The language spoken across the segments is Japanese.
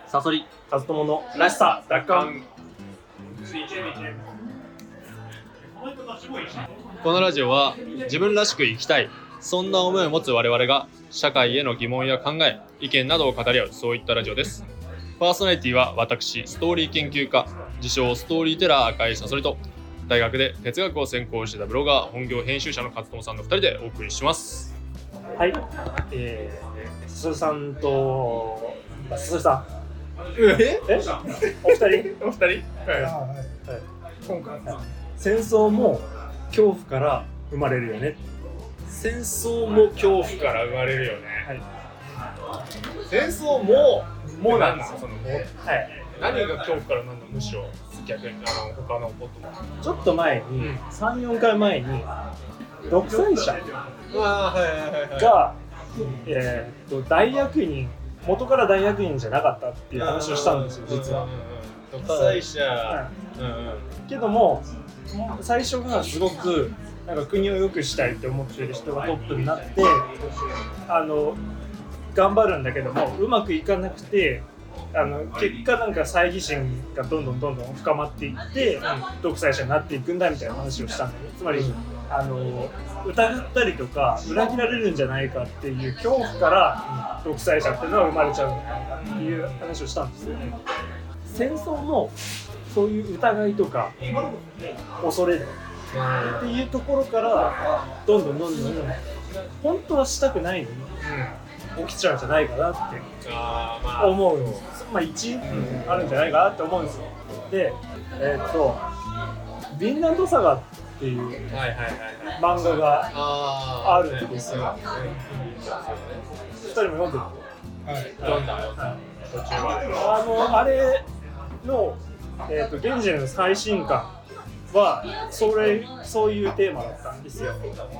サソリカズトモのらしさ奪還。 このラジオは自分らしく生きたい、そんな思いを持つ我々が社会への疑問や考え、意見などを語り合う、そういったラジオです。パーソナリティは私、ストーリー研究家、自称ストーリーテラー赤いサソリと、大学で哲学を専攻していたブロガー、本業編集者の勝友さんの2人でお送りします。 はい、すずさんとすずさんお二人はい、 今回戦争も恐怖から生まれるよね。 戦争も恐怖から生まれるよね。 はい、 戦争もなんですよ。そのも、はい、何が恐怖からなんだ、むしろ逆に他のこともちょっと前に、3、4回前に独裁者が大役人、元から大役人じゃなかったっていう話をしたんですよ、実は。 独裁者、 けども最初がすごくなんか国を良くしたいって思っている人がトップになって頑張るんだけどもうまくいかなくて結果なんか猜疑心がどんどん深まっていって独裁者になっていくんだみたいな話をしたんだよね。つまり疑ったりとか裏切られるんじゃないかっていう恐怖から独裁者っていうのは生まれちゃうんじゃないかっていう話をしたんですよね。戦争もそういう疑いとか恐れっていうところからどんどん本当はしたくないのに起きちゃうんじゃないかなって思うんです。一あるんじゃないかなって思うんですよ。で、ヴィンランドサガっていう漫画があるんですよ。2人も読んでる？ 読んだ。途中まで。 あれの現在の最新刊はそういうテーマだったんですよ。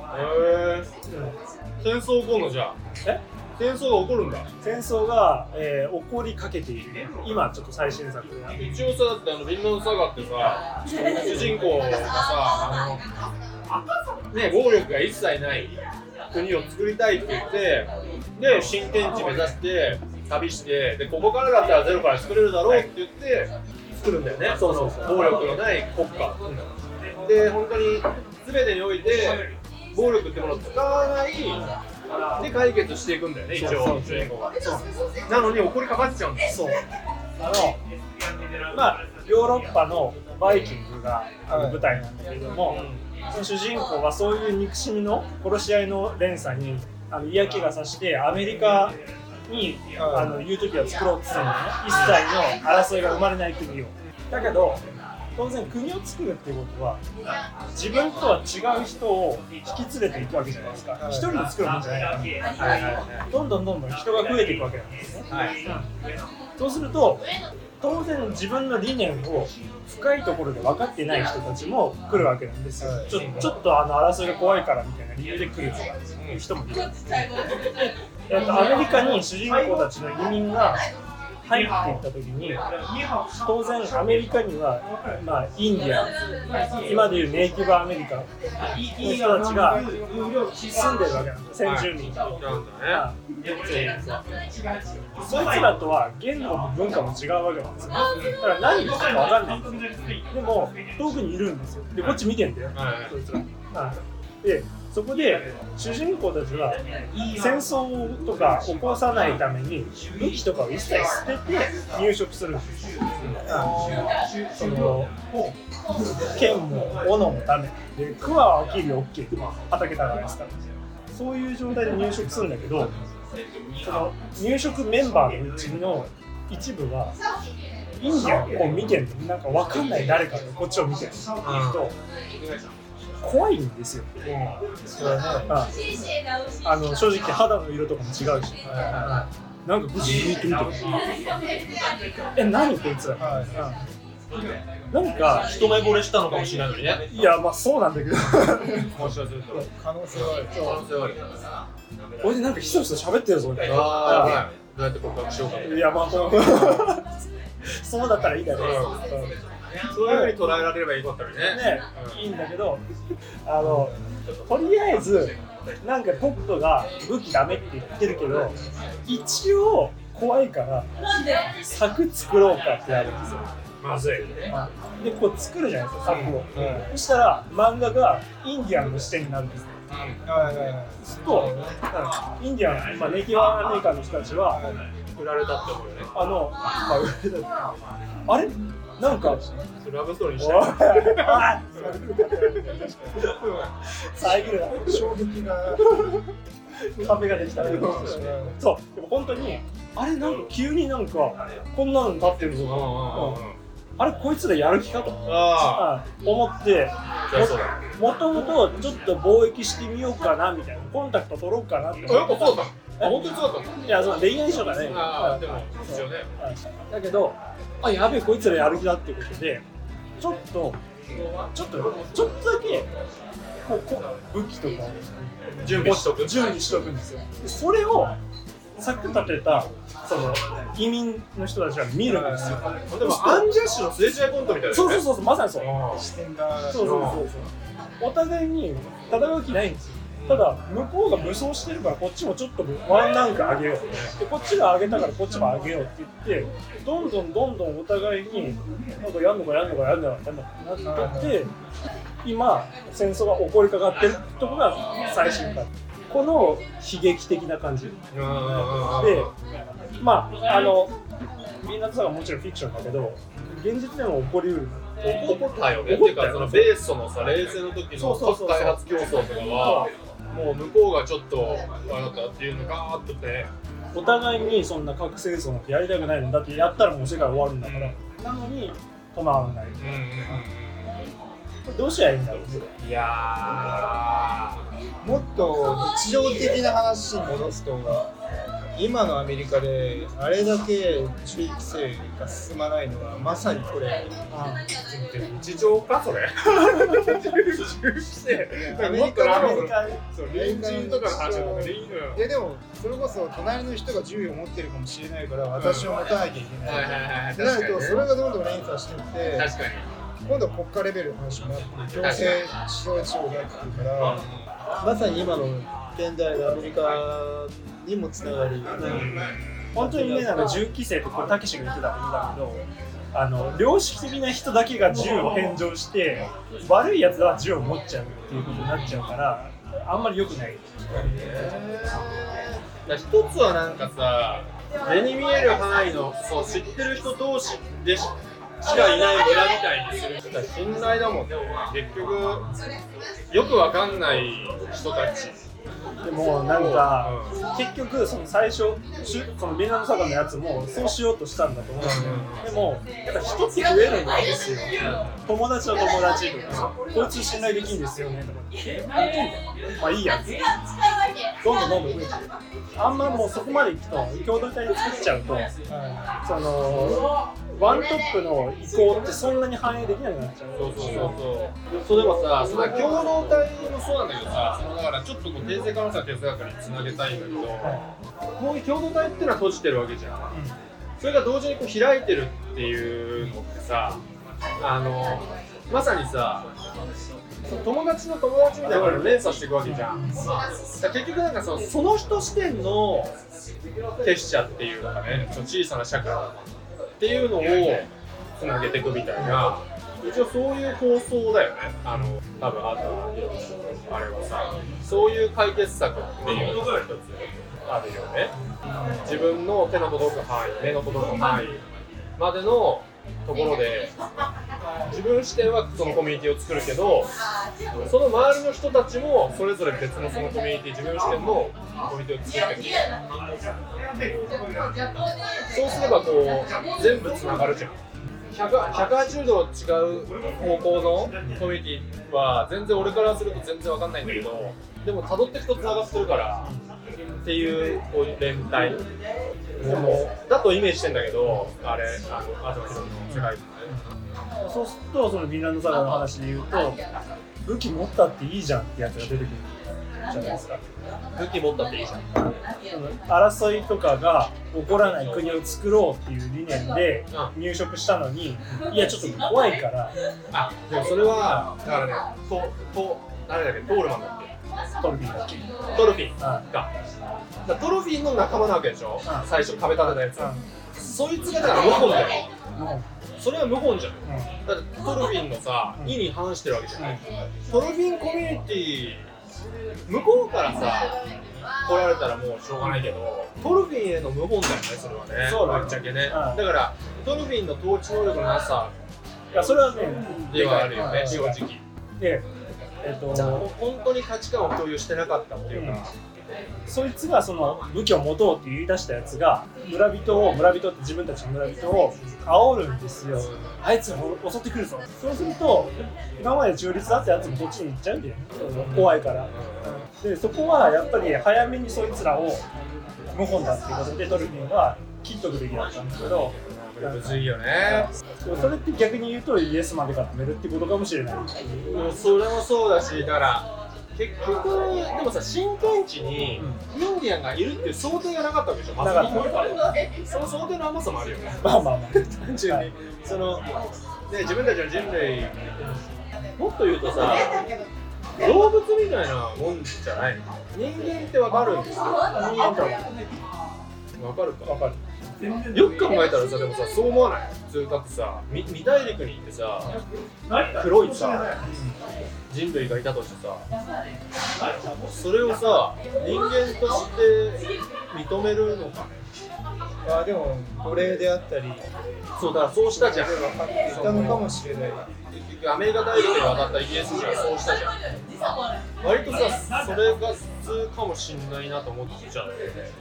戦争起こるのじゃあ？戦争が起こるんだ。 戦争が、起こりかけている。今ちょっと最新作で。 一応さ、だってヴィンランドサガってさ、主人公がさ、暴力が一切ない国を作りたいって言って、で新天地目指して旅して、でここからだったらゼロから作れるだろうって言って作るんだよね。その暴力のない国家。で本当に全てにおいて暴力ってものを使わないで解決していくんだよね、一応主人公が。なのに怒りかかっちゃうんだよ。 そうヨーロッパのバイキングが舞台なんだけれども、その主人公はそういう憎しみの殺し合いの連鎖に嫌気がさしてアメリカにユートピアを作ろうとするのね。一切の争いが生まれない国を。だけど当然国を作るっていうことは自分とは違う人を引き連れていくわけじゃないですか。一人で作るもんじゃないから、どんどん人が増えていくわけなんですね。そうすると当然自分の理念を深いところで分かってない人たちも来るわけなんですよ。ちょっと争いが怖いからみたいな理由で来る人もいるんですね。アメリカに主人公たちの移民が入っていった時に当然アメリカには、インディアン、今でいうネイティブアメリカの人たちが住んでるわけなんですよ。先住民が。そいつらとは言語も文化も違うわけなんですよ。だから何言ってるか分かんないんですよ。でも遠くにいるんですよ。でこっち見てんだよ、そいつら。でそこで主人公たちは戦争とか起こさないために武器とかを一切捨てて入植するんですよ。その剣も斧もダメで桑は切り OK、畑耕すからそういう状態で入植するんだけど、その入植メンバーのうちの一部はインディアンをこう見てるのになんか分かんない誰かがこっちを見てると怖いんですよ。正直肌の色とかも違うし、なんかぐじーっと見てる。何こいつら。なんか一目惚れしたのかもしれないのにね。 いやそうなんだけど。 もしかすると可能性はある。 俺でなんかひそひそ喋ってるぞみたいな。 どうやって告白しようか。 いやそうだったらいいだろう。 そういう風に捉えられればいいことだね。 いいんだけど、とりあえずなんかトップが武器ダメって言ってるけど、一応怖いから柵作ろうかってやるんですよ。 まずい。 でこう作るじゃないですか柵を、そしたら漫画がインディアンの視点になるんですよ。そうするとインディアン、ネイティブアメリカンの人たちは振られたって思うよね。 あれなんかラブストーリーにしたい。 遮るな衝撃が壁ができたね。そうでも本当にあれなんか急になんかこんなの立ってるぞ、あれこいつらやる気かと思ってもともとちょっと貿易してみようかなみたいなコンタクト取ろうかなって思ってた。 そうだ本当にそうだったの？ いやその恋愛書だね。 でも一応ね。 だけどやべえこいつらやる気だっていうことでちょっとだけ武器とか準備しとくんですよ。でそれをさっき立てたその移民の人たちは見るんですよ。 でもアンジャッシュのすれ違いコントみたいな。 そうまさにそう。 視点がそうお互いに戦う気ないんですよ。ただ向こうが武装してるからこっちもちょっとワンランク上げようでこっちが上げたからこっちも上げようって言ってどんどんお互いになんかやんのかなって今戦争が起こりかかってるところが最新回。この悲劇的な感じでみんなとはもちろんフィクションだけど現実でも起こりうる。 起こったよね。っていうかそのベースのさ冷戦の時の核開発競争とかはもう向こうがちょっとあなたっていうのがーっとねお互いにそんな核戦争なんてやりたくないんだってやったらもう世界終わるんだから、なのに止まらない。どうしたらいいんだろうね。 いやもっと日常的な話に戻すと今のアメリカであれだけ銃規制が進まないのはまさにこれ日常かそれ銃規制アメリカの隣人とかの話とかでいいのよ。 でもそれこそ隣の人が銃を持ってるかもしれないから私を持たなきゃいけないってなるとそれがどんどん連鎖していって確かに今度は国家レベルの話もあって強制指導になってくるからまさに今の現代のアメリカにもつながる、 本当にね銃規制ってたけしが言ってたんだけど良識的な人だけが銃を返上して悪いやつは銃を持っちゃうっていうことになっちゃうからあんまり良くない。 一つはなんかさ目に見える範囲のそう知ってる人同士でしかいない村みたいにする人たち信頼だもんね。結局よくわかんない人たちでもなんか、結局その最初そのビンランドサガのやつもそうしようとしたんだと思うんだけど、でもやっぱ一つ増えるんですよ。友達の友達とかこいつ信頼できるんですよねとかまあいいやつどんどん増えてる。あんまもうそこまでいくと共同体に作っちゃうと、そのワントップの意向ってそんなに反映できなくなっちゃう。 そうでもさ、その共同体もそうなんだけどさ、だからちょっとこう定性可能性哲学につなげたいんだけど、こういう共同体っていうのは閉じてるわけじゃん。それが同時にこう開いてるっていうのってさ、まさにさ、友達の友達みたいなのを連鎖していくわけじゃん。結局なんかその人視点の結社っていうのかね、その小さな社会っていうのをつなげていくみたいな、一応そういう構想だよね。多分あれはさ、そういう解決策っていうのが一つあるよね。自分の手の届く範囲、目の届く範囲までのところで自分視点はそのコミュニティを作るけど、その周りの人たちもそれぞれ別のそのコミュニティ、自分視点のコミュニティを作っていく。そうすればこう全部つながるじゃん。180度違う方向のコミュニティは全然俺からすると全然わかんないんだけど、でも辿っていくとつながってるからっていうこういう連帯だとイメージしてんだけど、あれ東ひろみの世界観ね。 そうするとそのヴィンランドサガの話で言うと武器持ったっていいじゃんってやつが出てくるじゃないですか。 武器持ったっていいじゃん。 争いとかが起こらない国を作ろうっていう理念で入植したのに、いやちょっと怖いから。 でもそれはだからね、誰だっけ、トールマンだっけ、 トルフィンだけ。 トルフィンか。トルフィンの仲間なわけでしょ、最初壁立てたやつ、そいつがだから謀反だよ、それは謀反じゃん、だってトルフィンのさ、意に反してるわけじゃない、トルフィンコミュニティ向こうからさ来られたらもうしょうがないけど、トルフィンへの謀反だよね、それはね、 そうだねぶっちゃけね、だからトルフィンの統治能力のなさいやそれはねではあるよね、正直で、 本当に価値観を共有してなかったっていうか、 そいつがその武器を持とうって言い出したやつが村人って自分たちの村人を煽るんですよ。あいつ襲ってくるぞ。そうすると今まで中立だったやつもこっちに行っちゃうんだよね、怖いから。でそこはやっぱり早めにそいつらを謀反だっていうことでトルフィンは切っとくべきだったんですけど、 むずいよね。 それって逆に言うとイエスまで固めるってことかもしれない。 それもそうだし、だから結局でもさ、新天地にインディアンがいるっていう想定がなかったわけでしょ、まさに。その想定の甘さもあるよね。 まあまあまあ単純にその、ね、自分たちの人類、もっと言うとさ、動物みたいなもんじゃないの。人間ってわかるんですよ。人間ってわかるか。 わかる。 よく考えたらさ、でもさ、そう思わない？普通だってさ、未大陸に行ってさ、黒いさ、人類がいたとしてさ、それをさ、人間として認めるのかね。 まあでも奴隷であったり、 そうだからそうしたじゃん。 分かっていたのかもしれない。 結局アメリカ大陸に渡ったイギリス人はそうしたじゃん。割とさ、それが普通かもしんないなと思っちゃうんだよね。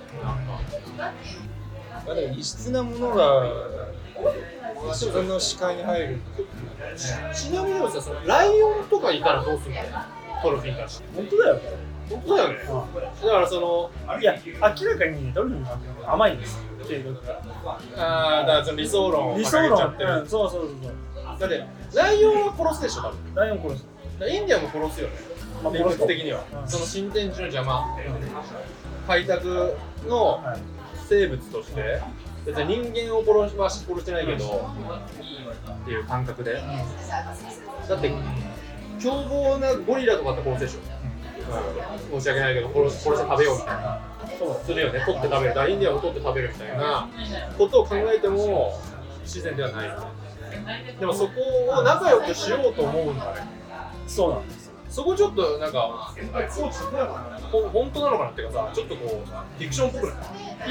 まあでも異質なものが自分の視界に入る。 ちなみにでもさ、そのライオンとかいたらどうするの？トルフィンからして。 本当だよ。 本当だよね。だからその、 いや明らかにトルフィンは甘いんですよ。 だからその理想論を理想掲げちゃってる。 論、そうそうそう。 だってライオンは殺すでしょ、多分。 ライオン殺す。 インディアンも殺すよね。 まあ理屈的には。その新天地の邪魔、開拓の生物として、別に人間を殺してないけど、っていう感覚で。だって凶暴なゴリラとかって殺すでしょ。申し訳ないけど殺して食べようみたいな。するよね。取って食べる。だからインディアンを取って食べるみたいなことを考えても自然ではないよね。でもそこを仲良くしようと思うんだね。 そうなんです。 そこちょっとなんか本当なのかなっていうかさ、ちょっとこうフィクションっぽくない？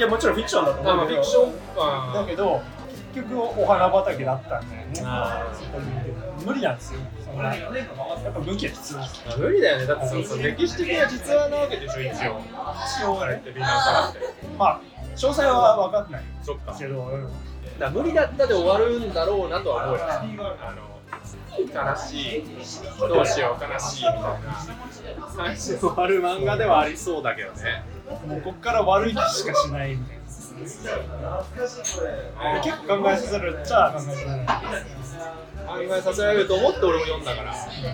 いやもちろんフィクションだと思うけど、 フィクションだけど結局お花畑だったんだよね。無理なんですよ。やっぱ武器は必要です。 無理だよね。だってその歴史的な実話なわけでしょ、一応。あれってビナーサガって。 まあ詳細は分かんないそっか。 けど、 だ無理だったで終わるんだろうなとは思うよ。悲しい、どうしよう悲しいみたいな最初終わる漫画ではありそうだけどね。 もうこっから悪い気しかしないみたいな。結構考えさせるっちゃ考えさせる。 考えさせられると思って俺も読んだから。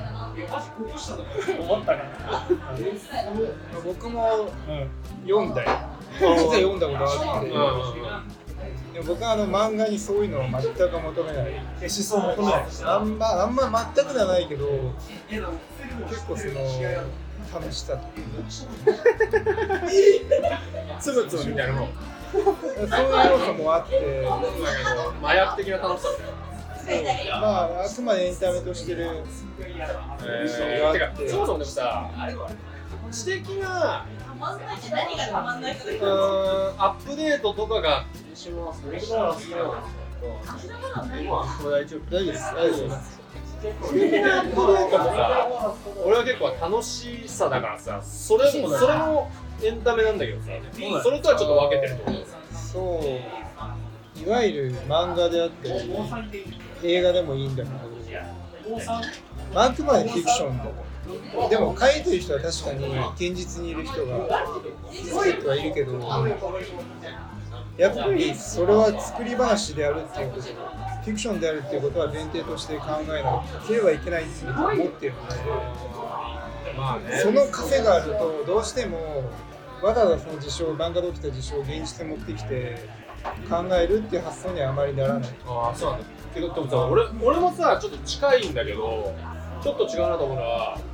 思ったかな。 僕も読んだよ。実は読んだことあって、でも僕は漫画にそういうのは全く求めない。 思想を求めない。 あんま全くではないけど、結構その楽しさというかつぶつぶみたいなもん。 そういう要素もあって、 麻薬的な楽しさみたいな。 まああくまでエンタメとしてる。 てかそもそもでもさ、知的なアップデートとかが大丈夫です。知的なアップデートもさ、俺は結構楽しさだからさ、それもエンタメなんだけどさ、それとはちょっと分けてると思う。 そういわゆる漫画であったり映画でもいいんだけど、あくまでフィクションだと。でも書いてる人は確かに現実にいる人が作ってはいるけど、やっぱりそれは作り話であるっていうこと、フィクションであるっていうことは前提として考えなければいけないって思ってるので、 まあね、 その癖があるとどうしてもわざわざその事象、漫画で起きた事象を現実に持ってきて考えるっていう発想にはあまりならない。 ああ、そうなんだ。けどでもさ、俺もさ、ちょっと近いんだけど、ちょっと違うなと思うのは、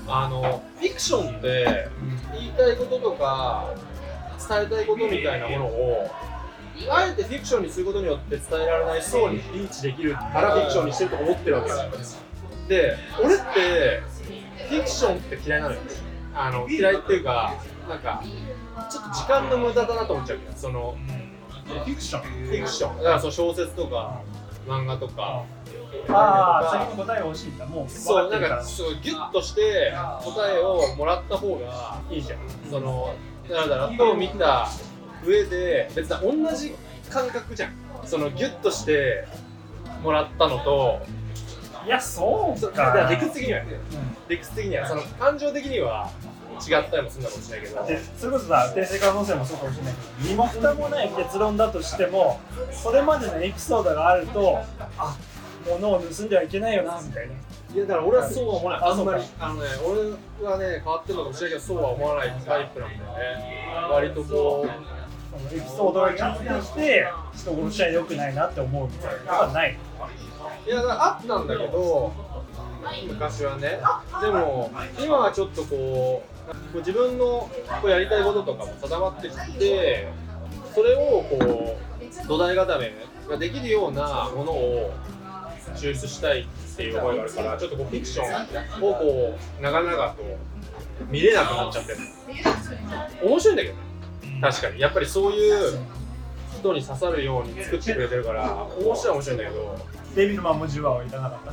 ィクションって言いたいこととか伝えたいことみたいなものをあえてフィクションにすることによって伝えられない層にリーチできるからフィクションにしてると思ってるわけよ。で、俺ってフィクションって嫌いなのよ。嫌いっていうか、なんかちょっと時間の無駄だなと思っちゃうけど、そのフィクションだからその小説とか漫画とか。 先に答えが欲しいんだ。もうそう、なんかそうギュッとして答えをもらった方がいいじゃん。そのだから納豆を見た上で別に同じ感覚じゃん。そのギュッとしてもらったのと、 いやそうだから理屈的にはその感情的には違ったりもするんだかもしれないけど、 でそれこそさ、訂正可能性もそうかもしれないけど、身も蓋もない結論だとしても、それまでのエピソードがあると、あ、物を盗んではいけないよなみたいな。 いやだから俺はそうは思わない。あんまりそう俺はね変わってるのかもしれないけど、そうは思わないタイプなんだよね。割とこうエピソードが聞いてきて人殺しは良くないなって思うみたいなのはない。 いやあったんだけど昔はね。でも今はちょっとこう自分のこうやりたいこととかも定まってきて、それをこう土台固めができるようなものを抽出したいっていう思いがあるから、ちょっとこうフィクションをこう長々と見れなくなっちゃってる。面白いんだけどね、確かにやっぱりそういう人に刺さるように作ってくれてるから面白いんだけど、 デビルマンも10話はいらなかった。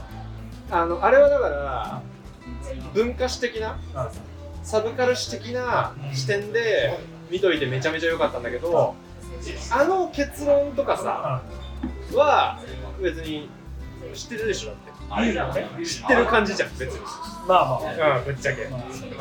あれはだから文化史的な、サブカル史的な視点で見といてめちゃめちゃ良かったんだけど、結論とかさは別に知ってるでしょ。だって知ってる感じじゃん別に。 まあぶっちゃけ、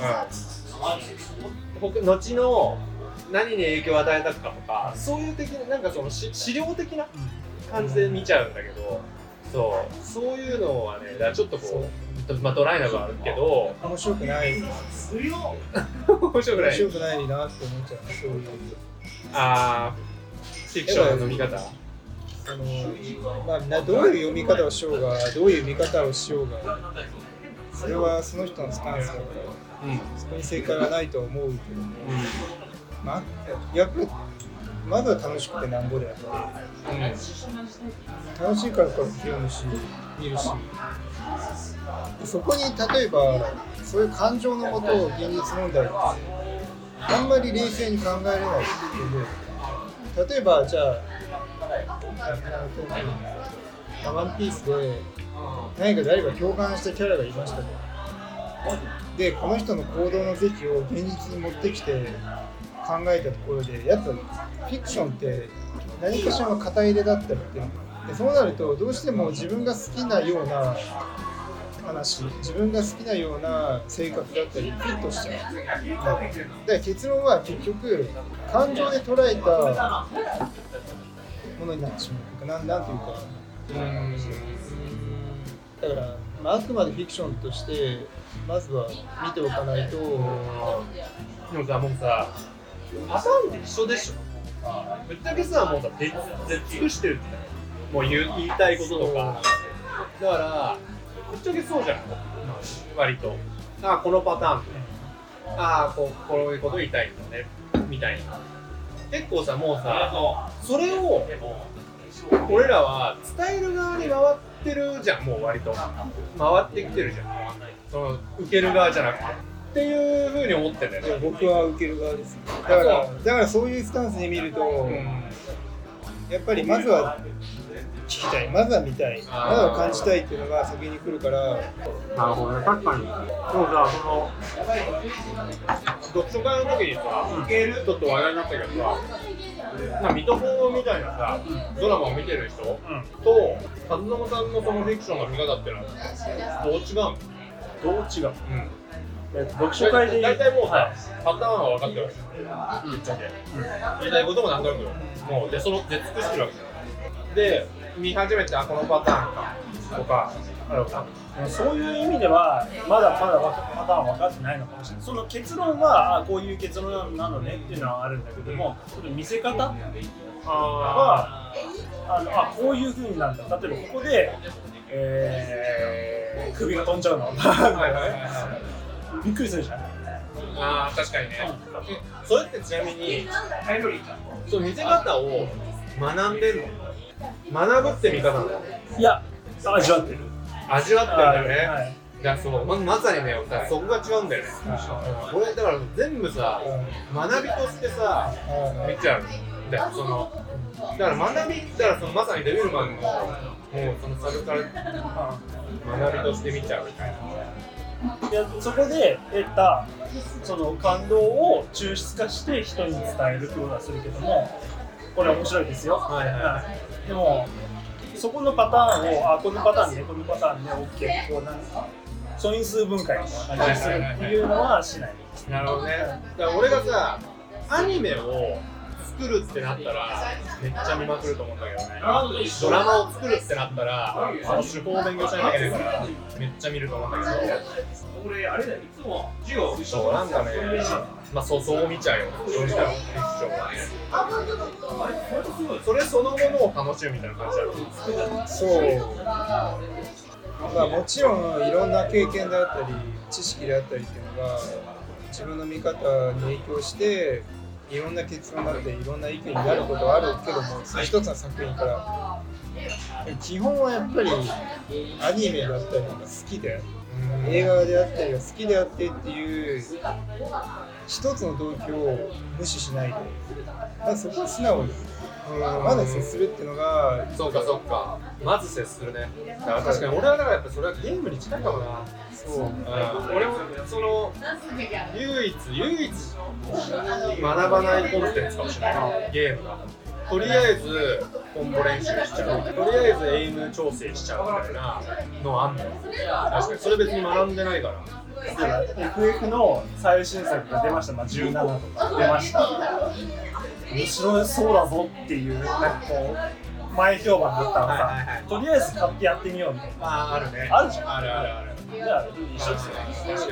後の何に影響を与えたかとか、そういう的ななんかその資料的な感じで見ちゃうんだけど、そういうのはね、だからちょっとこうドライなのがあるけど面白くない面白くないなって思っちゃう。そういうフィクションの見方、 どういう読み方をしようが、どういう見方をしようが、それはその人のスタンスだから、そこに正解はないと思うけども、やっぱりまずは楽しくてなんぼであって、楽しいからこそ読むし見るし、そこに例えばそういう感情のもと現実問題ってあんまり冷静に考えられないけど、例えばじゃあワンピースで何か誰か共感したキャラがいましたと。でこの人の行動の是非を現実に持ってきて考えたところで、やっぱフィクションって何かしらの型入れだったりって、でそうなるとどうしても自分が好きなような話、自分が好きなような性格だったりフィットしちゃう。で結論は結局感情で捉えたものになってしまうというか、なんていうか、だから、あくまでフィクションとしてまずは見ておかないと。 でもさ、もうさパターンって一緒でしょ。ぶっちゃけさ、もうさ出尽くしてるってもう言いたいこととかだから、ぶっちゃけそうじゃん割と。このパターンこういうこと言いたいんだねみたいな。結構さ、もうさそれを俺らは伝える側に回ってるじゃん。もう割と回ってきてるじゃん、その受ける側じゃなくてっていう風に思ってんだよね。 僕は受ける側です。だからそういうスタンスで見ると、やっぱりまずは聞きたい、まずは見たい、まずは感じたいっていうのが先に来るから。 なるほどね、確かに。でもさ、その読書会の時にさ、ちょっと話題になったけどさ、水戸黄門みたいなさ、ドラマを見てる人と和友さんのそのフィクションの見方っていうのはどう違うの？ どう違う？読書会で大体もうさ、パターンは分かってるわけじゃん。言いたいことも何となくもう出尽くしてるわけじゃん。で、見始めてこのパターンかとかあるか。 そういう意味ではまだパターン分かってないのかもしれない。その結論はこういう結論なのねっていうのはあるんだけども、見せ方はこういう風になんだ。例えばここで、首が飛んじゃうのびっくりするじゃん。 ああ確かにね。それってちなみにその見せ方を学んでんの？学ぶって見方なの？ いや、味わってる。 味わってるんだよね。 はい。 いやそうまさにね、そこが違うんだよね。俺だから全部さ、学びとしてさ、見ちゃうんだよ。そのだから学びったらそのまさにデビルマンのもうそのサブカル学びとして見ちゃうみたいな。 いやそこで得たその感動を抽出化して人に伝えるってことはするけども、これ面白いですよ。 はいはい。 でもそこのパターンをこのパターンねこのパターンね OK こうなんか素因数分解みたいな感じにするっていうのはしない。 なるほどね。だから俺がさアニメを作るってなったらめっちゃ見まくると思うんだけどね。ドラマを作るってなったらその手法を勉強しないといけないからめっちゃ見ると思うんだけど、そうなんかね、まあそう見ちゃうよ。そう見ちゃう一生は。それそのものを楽しむみたいな感じだろ。 そう。まあもちろんいろんな経験であったり知識であったりっていうのが自分の見方に影響していろんな結論だっていろんな意見になることはあるけども、その一つの作品から基本はやっぱりアニメだったりが好きで映画であったりが好きであってっていう一つの動機を無視しないで、そこは素直にまず接するっていうのが。 そうかそうか、まず接するね。だから確かに俺はだからやっぱそれはゲームに近いかもな。そう、俺もその唯一学ばないコンテンツかもしれないな、ゲームが。とりあえずコンボ練習しちゃう、とりあえずエイム調整しちゃうみたいなのあんの。確かにそれ別に学んでないから。 FF の最新作が出ました、17とか出ました。面白そうだぞっていうなんかこう前評判だったのさ、とりあえず買ってやってみようみたいな。 あるね。 あるじゃん。 ある。 じゃあ一緒ですよ。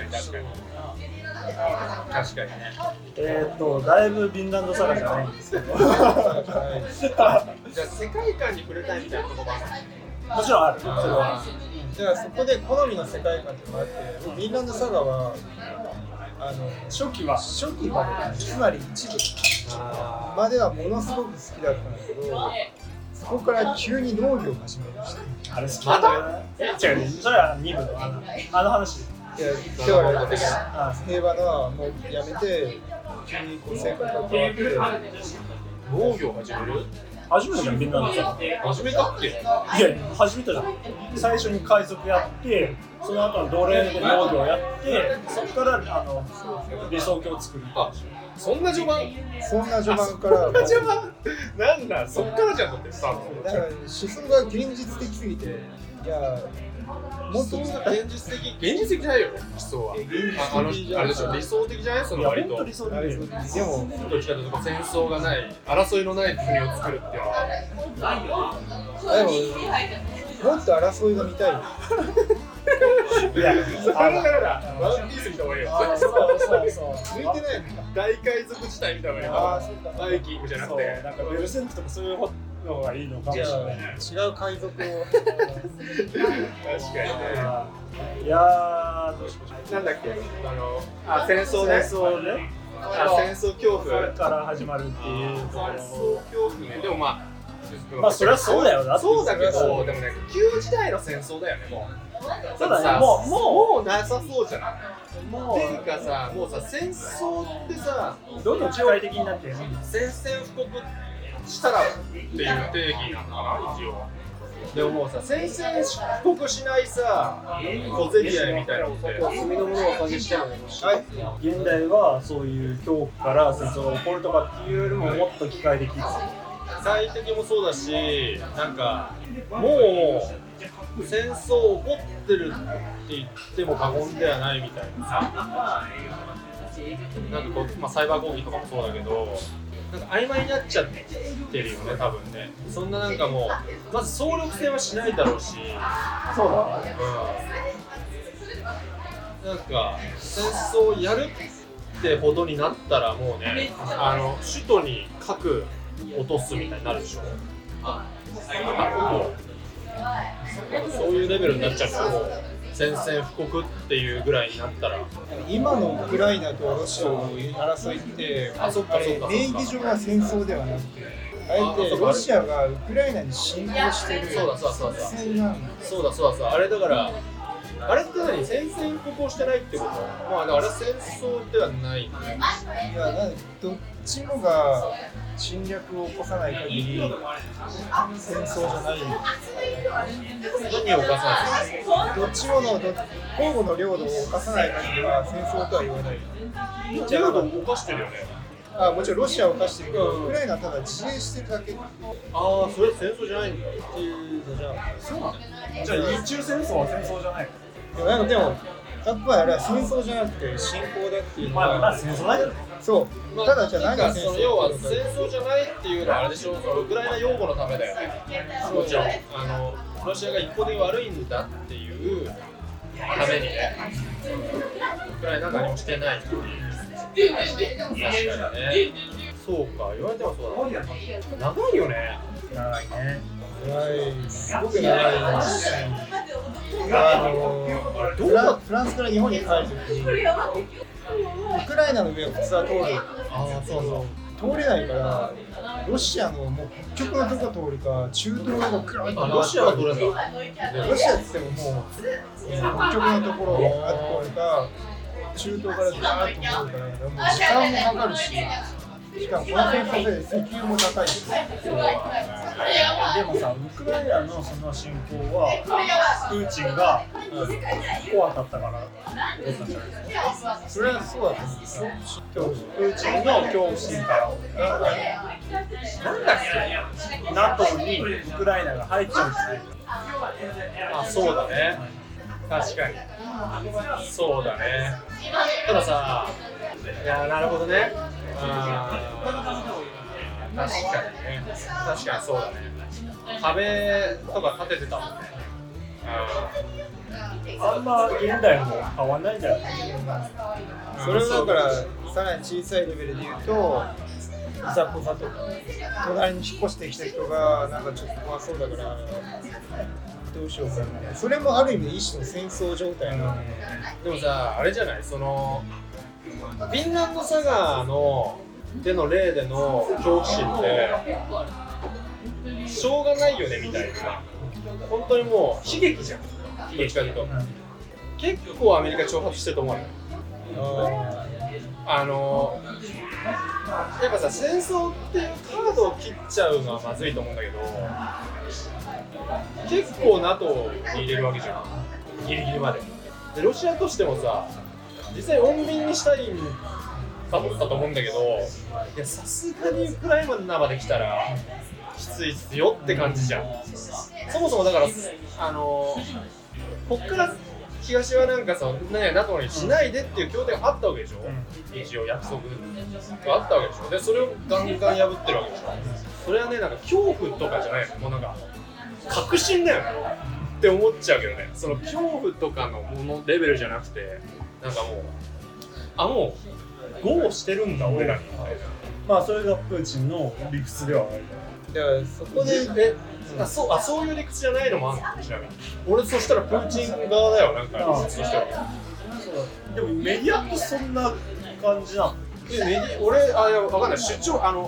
確かにね。 だいぶヴィンランドサガじゃないんですけど。 じゃあ世界観に触れたいみたいなところもある。 もちろんある。それは。 だからそこで好みの世界観っていうのがあって、ヴィンランドサガは初期まで、つまり一部まではものすごく好きだったんだけど、そこから急に農業を始めました。 あれ好きだったよね。違うね、それは2部のあの話。 いや、だから平和なもうやめて急にこう生活が変わって農業始める？ 初めてじゃん、みんなのさ。 始めたっけ？いや、 始めたじゃん。最初に海賊やって、その後の奴隷で農業やって、そこから理想郷を作る。 あ、そんな序盤からなんだ、そっからじゃんだってスタート。 だから思想が現実的すぎて、いやもっと現実的じゃないよ、思想は。あれでしょ、理想的じゃない？その割と。 理想的。 でもどっちかというと戦争がない、争いのない国を作るっていうのは。 でももっと争いが見たい。 いや、それからワンピース見た方がいいよ。 そう向いてないんだ。 大海賊自体見た方がいいよ。バイキングじゃなくて、 なんかベルセンクとかそういうのがいいのかもしれない。 違う海賊を。 確かにね。 いやー、どうしましょう。 なんだっけ、戦争ね。戦争恐怖から始まるっていう。 戦争恐怖ね。でもまあそれはそうだよな。 そうだけど、でもね、旧時代の戦争だよね、もう。 そうだね、もうなさそうじゃない。っていうかさ、もうさ、戦争ってさ、 どんどん社会的になってる。 宣戦布告したらっていう定義なのかな、一応。でももうさ、宣戦布告しないさ、小競り合いみたいなのって、 罪のものを感じしてもね。 現代はそういう恐怖から戦争が起こるとかっていうよりももっと機械的。 最適もそうだし、なんかもう戦争起こってるって言っても過言ではないみたいなさ、なんかこう、サイバー攻撃とかもそうだけど、なんか曖昧になっちゃってるよね、多分ね。そんななんかもうまず総力戦はしないだろうし、 そうだね。 なんか戦争をやるってほどになったらもうね、首都に核落とすみたいになるでしょ。もうそういうレベルになっちゃうから、もう宣戦布告っていうぐらいになったら今のウクライナとロシアの争いってあそっかそっか名義上は戦争ではなくてあえてロシアがウクライナに侵攻してるそうだそうだそうだ作戦なんだ。 そうだそうだそうだあれだからあれって何宣戦布告をしてないってことまああれは戦争ではないんだよいやどっちもが侵略を起こさない限り戦争じゃない何を犯さないどっちもの交互の領土を犯さない限りは戦争とは言わないじゃあ領土を犯してるよねあもちろんロシアを犯してるけど、ウクライナはただ自衛してるだけああそれ戦争じゃないんだっていうのじゃそうなのじゃあ日中戦争は戦争じゃないの？ でも100%あれは戦争じゃなくて侵攻だっていうのは、 まあ戦争だよね。 そうまあただじゃあ何がなんか戦争その要は戦争じゃないっていうのはあれでしょそのウクライナ擁護のためだよねもちろんロシアが一方的に悪いんだっていうためにねウクライナは何もしてないっていう確かにねそうか言われてもそうだ長いよね長いね。 すごく長いしフランスから日本に帰るときにウクライナの上を普通は通るそう通れないからロシアのもう北極のとこ通るか中東のクラッとロシアはどれだロシアって言ってももう北極のところを通るか中東からずらーっと通るからもう時間もかかるししかもこの戦争で石油も高いしでもさ、ウクライナのその侵攻はプーチンが怖かったから取ったんじゃないですか。 それはそうだと思うんですよプーチンの恐怖心からなんだっけ NATO にウクライナが入っちゃうってあそうだね確かにそうだねたださいやなるほどね確かにね確かにそうだね壁とか立ててたもんねあんま現代も変わんないんだよね。 それをだからさらに小さいレベルで言うといざこざとか隣に引っ越してきた人がなんかちょっと怖そうだからどうしようかなそれもある意味一種の戦争状態なのでもさあれじゃないそのフィンランドサガのでの例での恐怖心ってしょうがないよねみたいな本当にもう悲劇じゃんどっちかというと結構アメリカ挑発してると思うよやっぱさ戦争っていうカードを切っちゃうのはまずいと思うんだけど結構 NATO に入れるわけじゃんギリギリまででロシアとしてもさ実際穏便にしたいかとったと思うんだけどいやさすがにウクライナまで来たらきついっすよって感じじゃんそもそもだからこっから東はなんかさ、NATO にしないでっていう協定があったわけでしょ、一応約束があったわけでしょでそれをガンガン破ってるわけでしょそれはねなんか恐怖とかじゃないのもうなんか確信だよねって思っちゃうけどねその恐怖とかのものレベルじゃなくてなんかもうゴーしてるんだ俺らにまあそれがプーチンの理屈ではある。 だからそこでそういう理屈じゃないのもあるのちなみに俺そしたらプーチン側だよなんか理屈としてはでもメディアってそんな感じなの？ 俺いやわかんない主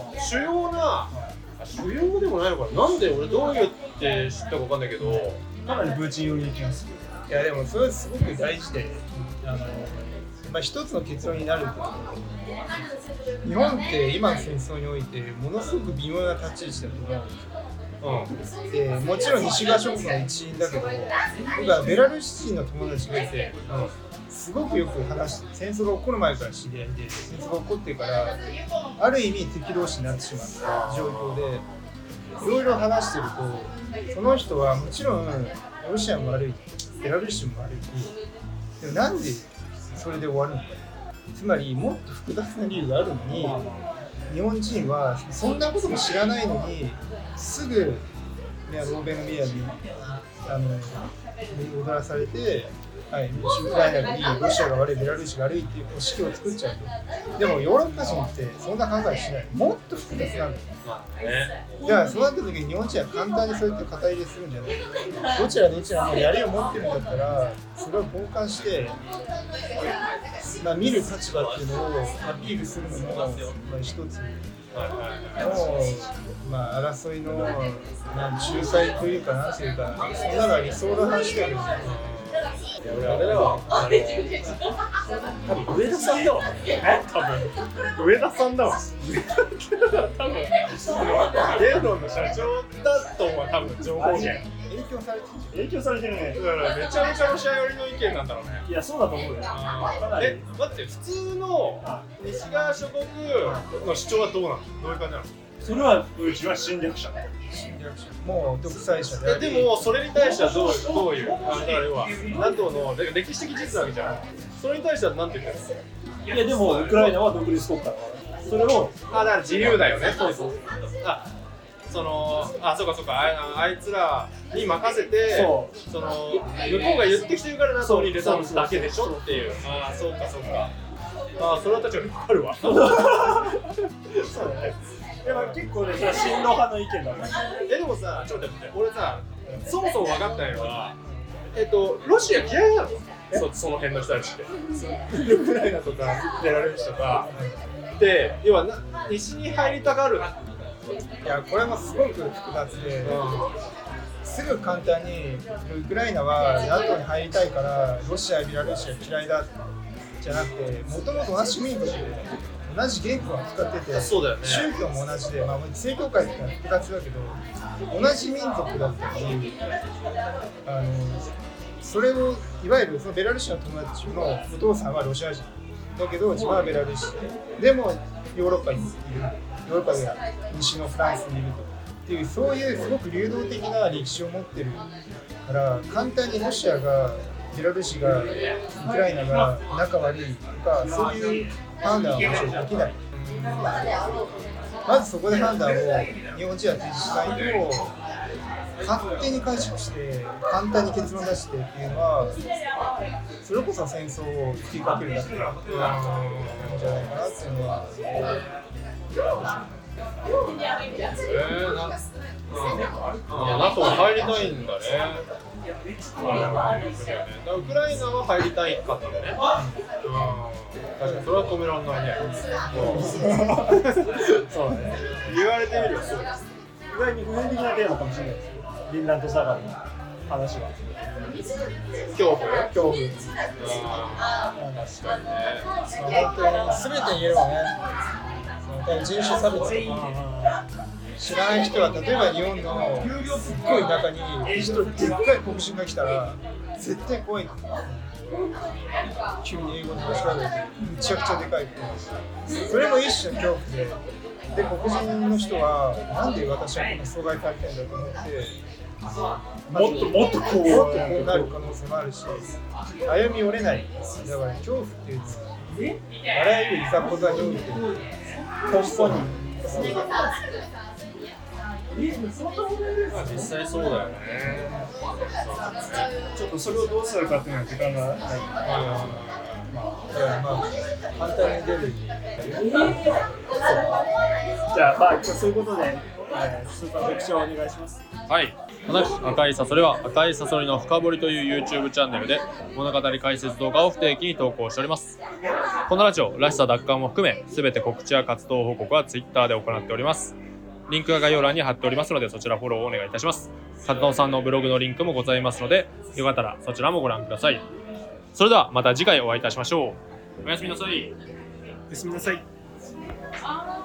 要でもないのかななんで俺どう言って知ったかわかんないけどかなりプーチン寄りに気がする。 いやでもそれはすごく大事で一つの結論になると日本って今の戦争においてものすごく微妙な立ち位置だと思うんですよ、でもちろん西側諸国の一員だけど僕はベラルーシ人の友達がいて、すごくよく話して戦争が起こる前から知り合いで戦争が起こってからある意味敵同士になってしまった状況でいろいろ話してるとその人はもちろんロシアも悪いベラルーシも悪いでもなんでそれで終わるのかつまりもっと複雑な理由があるのに日本人はそんなことも知らないのにすぐ欧米のメディアに踊らされて、はい、ウクライナがいい、ロシアが悪い、ベラルーシが悪いっていう式を作っちゃうと。でもヨーロッパ人ってそんな考えしない。もっと複雑なんだよ。だからそうなった時に日本人は簡単にそうやって肩入れするんじゃない。どちらも槍を持ってるんだったら、それを交換して、見る立場っていうのをアピールするのも、一つの、争いの、仲裁というか、なんていうか、そんなのは理想の話だよね。 あれだわ、多分上田さんだわ。上田さんだわ。多分レーロンの社長だとは多分情報源。 影響されてるね。 だからめちゃめちゃロシア寄りの意見なんだろうね。 いや、そうだと思うよ。 待って普通の西側諸国の主張はどうなの？どういう感じなの？ それはうちは侵略者。 もう独裁者であり。 でもそれに対してはどういうだから要は NATO の歴史的事実なわけじゃん。それに対しては何て言ってるの？ いやでもウクライナは独立国家だから。それをだから自由だよね。そうそうかあいつらに任せて向こうが言ってきてるから NATO に入れただけでしょっていう。そうかそれは確かに分かるわ。 そうだね。でも結構ね、それは親ロ派の意見だもん。 でもさ、ちょっと待って、俺さ、そもそも分かったのは、ロシア嫌いなの？その辺の人たちって。ウクライナとかベラルーシとかで、要は西に入りたがる。 いや、これもすごく複雑で、すぐ簡単にウクライナは NATO に入りたいからロシア、ベラルーシが嫌いだじゃなくて、もともと同じ民族で同じ言語を使ってて、 そうだよね、 宗教も同じで、正教会ってのは複雑だけど、同じ民族だったり、それをいわゆるそのベラルーシの友達のお父さんはロシア人だけど、自分はベラルーシでもヨーロッパにいる、ヨーロッパで西のフランスにいるとっていう、そういうすごく流動的な歴史を持ってるから、簡単にロシアがベラルーシがウクライナが仲悪いとか、そういう判断はもちろんできない。まずそこで判断を日本人は提示しないと、勝手に解釈して簡単に結論出してっていうのは、それこそ戦争を吹きかけるだけなんじゃないかなっていうのは。 NATO 入りたいんだね。ウクライナは入りたいかったんだね。確かにそれは止められないね。 そうだね。 言われてみるよ、そうです。 意外に普遍的なテーマかもしれないですよ。フィンランド下がりの話は。 恐怖。 確かにね。本当に全て言えるわね。人種差別とか知らない人は、例えば日本のすっごい中に一人でっかい黒人が来たら絶対怖い。急に英語で話しかけてめちゃくちゃでかい。それも一種の恐怖で、黒人の人はなんで私はこの阻害されてるんだと思って、もっとこうなる可能性もあるし、歩み寄れない。だから恐怖っていうあらゆるいざこざにおいて本当に実際そうだよね。 ちょっとそれをどうするかっていうのは時間がない。 簡単に出る。 じゃあそういうことで、スーパー特徴をお願いします。 はい。私、赤いサソリは赤いサソリの深掘りという YouTube チャンネルで物語解説動画を不定期に投稿しております。このラジオらしさ奪還も含め、すべて告知や活動報告は Twitter で行っております。リンクが概要欄に貼っておりますので、そちらフォローをお願いいたします。カズノさんのブログのリンクもございますので、よかったらそちらもご覧ください。それではまた次回お会いいたしましょう。おやすみなさい。 おやすみなさい。